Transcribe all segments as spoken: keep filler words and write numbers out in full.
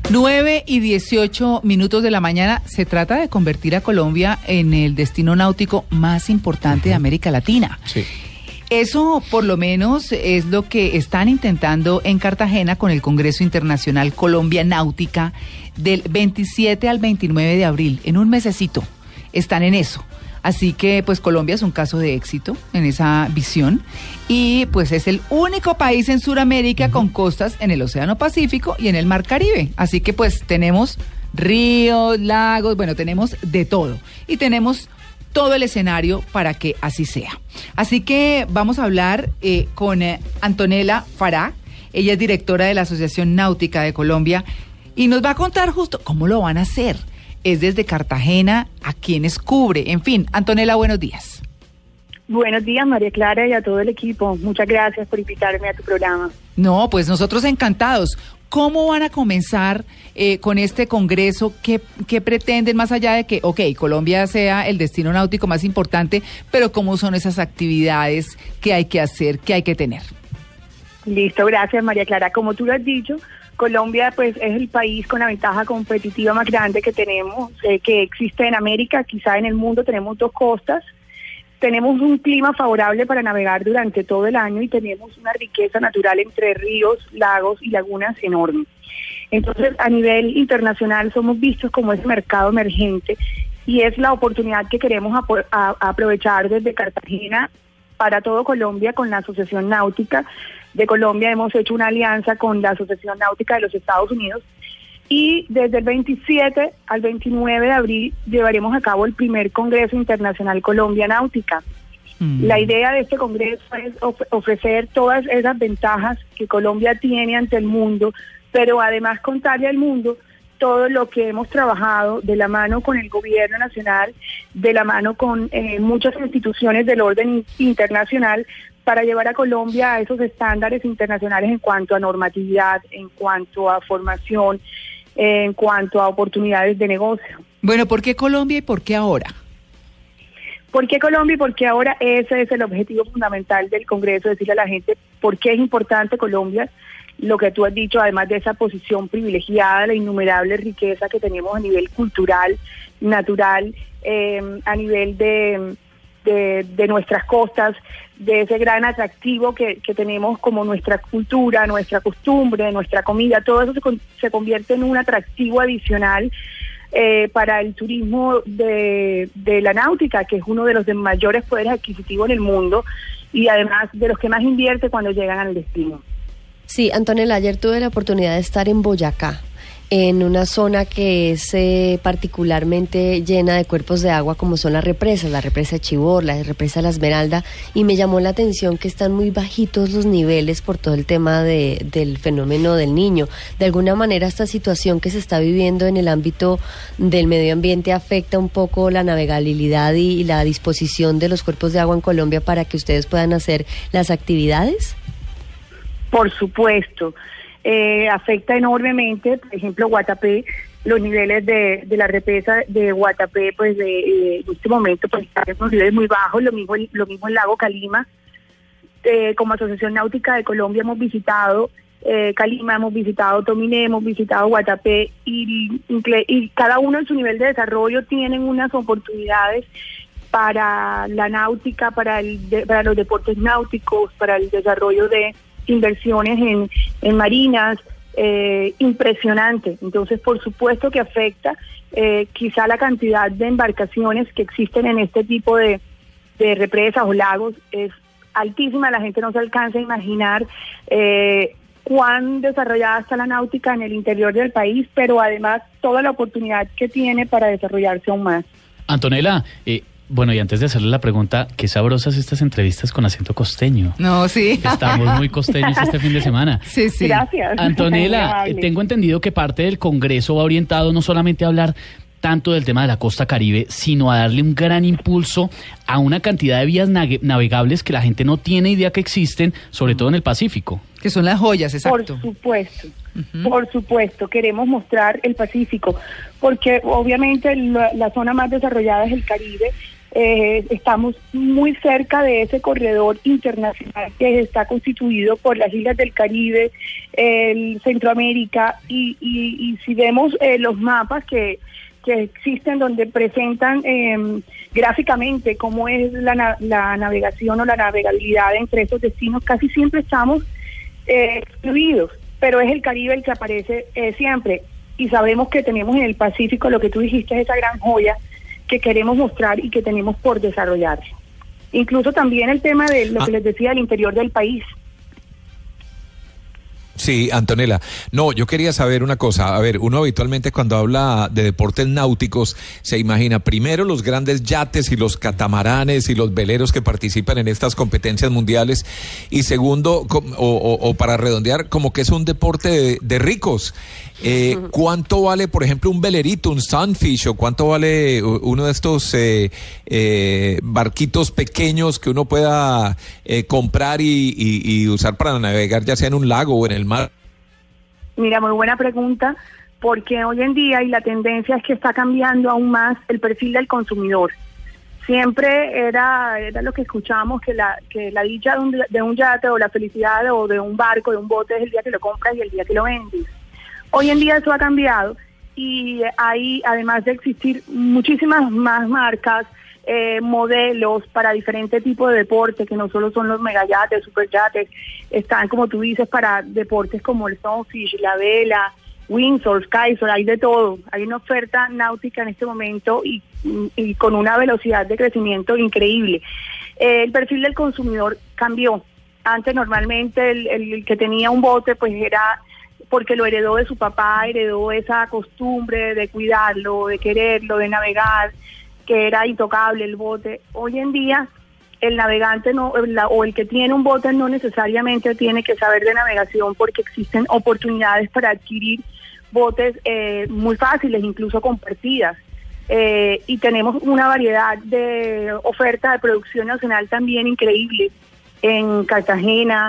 nueve y dieciocho minutos de la mañana. Se trata de convertir a Colombia en el destino náutico más importante de América Latina. Sí. Eso, por lo menos, es lo que están intentando en Cartagena con el Congreso Internacional Colombia Náutica del veintisiete al veintinueve de abril. En un mesecito están en eso. Así que, pues, Colombia es un caso de éxito en esa visión y, pues, es el único país en Sudamérica uh-huh. con costas en el Océano Pacífico y en el Mar Caribe. Así que, pues, tenemos ríos, lagos, bueno, tenemos de todo y tenemos todo el escenario para que así sea. Así que vamos a hablar eh, con eh, Antonella Farah. Ella es directora de la Asociación Náutica de Colombia y nos va a contar justo cómo lo van a hacer. Es desde Cartagena, a quienes cubre. En fin, Antonella, buenos días. Buenos días, María Clara, y a todo el equipo. Muchas gracias por invitarme a tu programa. No, pues nosotros encantados. ¿Cómo van a comenzar eh, con este congreso? ¿Qué, ¿Qué pretenden más allá de que, ok, Colombia sea el destino náutico más importante, pero cómo son esas actividades que hay que hacer, que hay que tener? Listo, gracias, María Clara. Como tú lo has dicho, Colombia pues es el país con la ventaja competitiva más grande que tenemos, eh, que existe en América, quizá en el mundo. Tenemos dos costas, tenemos un clima favorable para navegar durante todo el año y tenemos una riqueza natural entre ríos, lagos y lagunas enorme. Entonces, a nivel internacional somos vistos como ese mercado emergente y es la oportunidad que queremos ap- a- aprovechar desde Cartagena para todo Colombia con la Asociación Náutica de Colombia. Hemos hecho una alianza con la Asociación Náutica de los Estados Unidos y desde el veintisiete al veintinueve de abril llevaremos a cabo el primer Congreso Internacional Colombia Náutica. Mm. La idea de este congreso es of- ofrecer todas esas ventajas que Colombia tiene ante el mundo, pero además contarle al mundo todo lo que hemos trabajado de la mano con el gobierno nacional, de la mano con eh, muchas instituciones del orden internacional, para llevar a Colombia a esos estándares internacionales en cuanto a normatividad, en cuanto a formación, eh, en cuanto a oportunidades de negocio. Bueno, ¿por qué Colombia y por qué ahora? ¿Por qué Colombia y por qué ahora? Ese es el objetivo fundamental del Congreso, decirle a la gente por qué es importante Colombia. Lo que tú has dicho, además de esa posición privilegiada, la innumerable riqueza que tenemos a nivel cultural, natural, eh, a nivel de, de, de nuestras costas, de ese gran atractivo que, que tenemos como nuestra cultura, nuestra costumbre, nuestra comida. Todo eso se, con, se convierte en un atractivo adicional eh, para el turismo de, de la náutica, que es uno de los de mayores poderes adquisitivos en el mundo y además de los que más invierte cuando llegan al destino. Sí, Antonella, ayer tuve la oportunidad de estar en Boyacá, en una zona que es eh, particularmente llena de cuerpos de agua como son las represas, la represa de Chibor, la represa de la Esmeralda, y me llamó la atención que están muy bajitos los niveles por todo el tema de, del fenómeno del Niño. De alguna manera esta situación que se está viviendo en el ámbito del medio ambiente afecta un poco la navegabilidad y, y la disposición de los cuerpos de agua en Colombia para que ustedes puedan hacer las actividades. Por supuesto, eh, afecta enormemente, por ejemplo, Guatapé, los niveles de, de la represa de Guatapé, pues de, eh, en este momento pues están en unos niveles muy bajos, lo mismo, lo mismo el lago Calima. Eh, como Asociación Náutica de Colombia hemos visitado eh, Calima, hemos visitado Tominé, hemos visitado Guatapé y, y cada uno en su nivel de desarrollo tienen unas oportunidades para la náutica, para, el de, para los deportes náuticos, para el desarrollo de inversiones en, en marinas, eh, impresionante. Entonces, por supuesto que afecta eh, quizá la cantidad de embarcaciones que existen en este tipo de, de represas o lagos es altísima. La gente no se alcanza a imaginar eh, cuán desarrollada está la náutica en el interior del país, pero además toda la oportunidad que tiene para desarrollarse aún más. Antonella, eh, bueno, y antes de hacerle la pregunta, qué sabrosas estas entrevistas con acento costeño. No, sí. Estamos muy costeños este fin de semana. Sí, sí. Gracias. Antonella, tengo entendido que parte del Congreso va orientado no solamente a hablar tanto del tema de la costa Caribe, sino a darle un gran impulso a una cantidad de vías navegables que la gente no tiene idea que existen, sobre todo en el Pacífico. Que son las joyas, exacto. Por supuesto. Uh-huh. Por supuesto, queremos mostrar el Pacífico, porque obviamente la, la zona más desarrollada es el Caribe, Eh, estamos muy cerca de ese corredor internacional que está constituido por las islas del Caribe, el Centroamérica, y, y, y si vemos eh, los mapas que, que existen donde presentan eh, gráficamente cómo es la, la navegación o la navegabilidad entre esos destinos, casi siempre estamos eh, excluidos, pero es el Caribe el que aparece eh, siempre, y sabemos que tenemos en el Pacífico, lo que tú dijiste, esa gran joya que queremos mostrar y que tenemos por desarrollar. Incluso también el tema de lo ah. que les decía del interior del país. Sí, Antonella. No, yo quería saber una cosa. A ver, uno habitualmente cuando habla de deportes náuticos se imagina primero los grandes yates y los catamaranes y los veleros que participan en estas competencias mundiales, y segundo, o, o, o para redondear, como que es un deporte de, de ricos. Eh, ¿Cuánto vale, por ejemplo, un velerito, un Sunfish, o cuánto vale uno de estos eh, eh, barquitos pequeños que uno pueda eh, comprar y, y, y usar para navegar, ya sea en un lago o en el mar? Mira, muy buena pregunta, porque hoy en día y la tendencia es que está cambiando aún más el perfil del consumidor. Siempre era, era lo que escuchamos, que la que la dicha de un, de un yate o la felicidad o de un barco, de un bote, es el día que lo compras y el día que lo vendes. Hoy en día eso ha cambiado y hay, además de existir muchísimas más marcas, eh, modelos para diferentes tipos de deportes, que no solo son los megayates, superyates, están, como tú dices, para deportes como el Sunfish, la vela, windsurf, kitesurf, hay de todo. Hay una oferta náutica en este momento y, y con una velocidad de crecimiento increíble. Eh, el perfil del consumidor cambió. Antes normalmente el, el que tenía un bote pues era porque lo heredó de su papá, heredó esa costumbre de cuidarlo, de quererlo, de navegar, que era intocable el bote. Hoy en día el navegante no, la, o el que tiene un bote no necesariamente tiene que saber de navegación, porque existen oportunidades para adquirir botes eh, muy fáciles, incluso compartidas. Eh, y tenemos una variedad de oferta de producción nacional también increíble en Cartagena,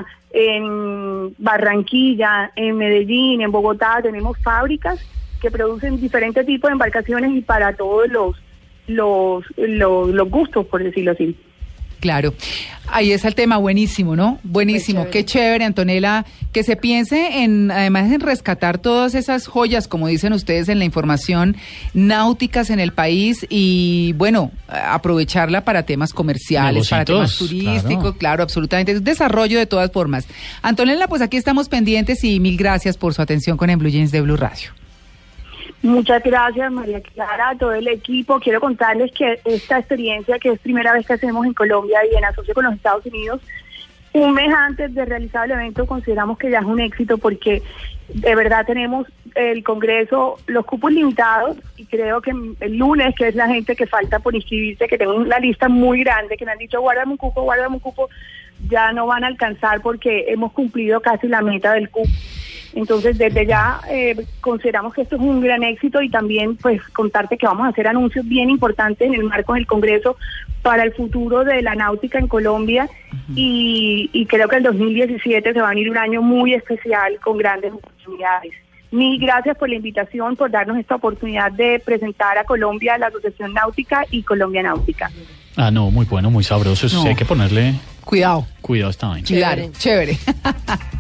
en Barranquilla, en Medellín, en Bogotá. Tenemos fábricas que producen diferentes tipos de embarcaciones y para todos los los los, los gustos, por decirlo así. Claro, ahí está el tema, buenísimo, ¿no? Buenísimo, chévere. Qué chévere, Antonella, que se piense en, además en rescatar todas esas joyas, como dicen ustedes en la información, náuticas en el país y, bueno, aprovecharla para temas comerciales, para temas turísticos, claro, claro, absolutamente, es desarrollo de todas formas. Antonella, pues aquí estamos pendientes y mil gracias por su atención con En Blue Jeans de Blue Radio. Muchas gracias, María Clara, a todo el equipo. Quiero contarles que esta experiencia, que es primera vez que hacemos en Colombia y en asocio con los Estados Unidos, un mes antes de realizar el evento consideramos que ya es un éxito, porque de verdad tenemos el Congreso, los cupos limitados, y creo que el lunes, que es la gente que falta por inscribirse, que tengo una lista muy grande, que me han dicho guárdame un cupo, guárdame un cupo, ya no van a alcanzar porque hemos cumplido casi la meta del cupo. Entonces, desde ya eh, consideramos que esto es un gran éxito, y también pues contarte que vamos a hacer anuncios bien importantes en el marco del Congreso para el futuro de la náutica en Colombia. Uh-huh. y, y creo que el dos mil diecisiete se va a venir un año muy especial con grandes oportunidades. Mil gracias por la invitación, por darnos esta oportunidad de presentar a Colombia, la Asociación Náutica y Colombia Náutica. Ah, no, muy bueno, muy sabroso. Eso no. Sí, hay que ponerle cuidado. Cuidado esta vaina. Claro, chévere.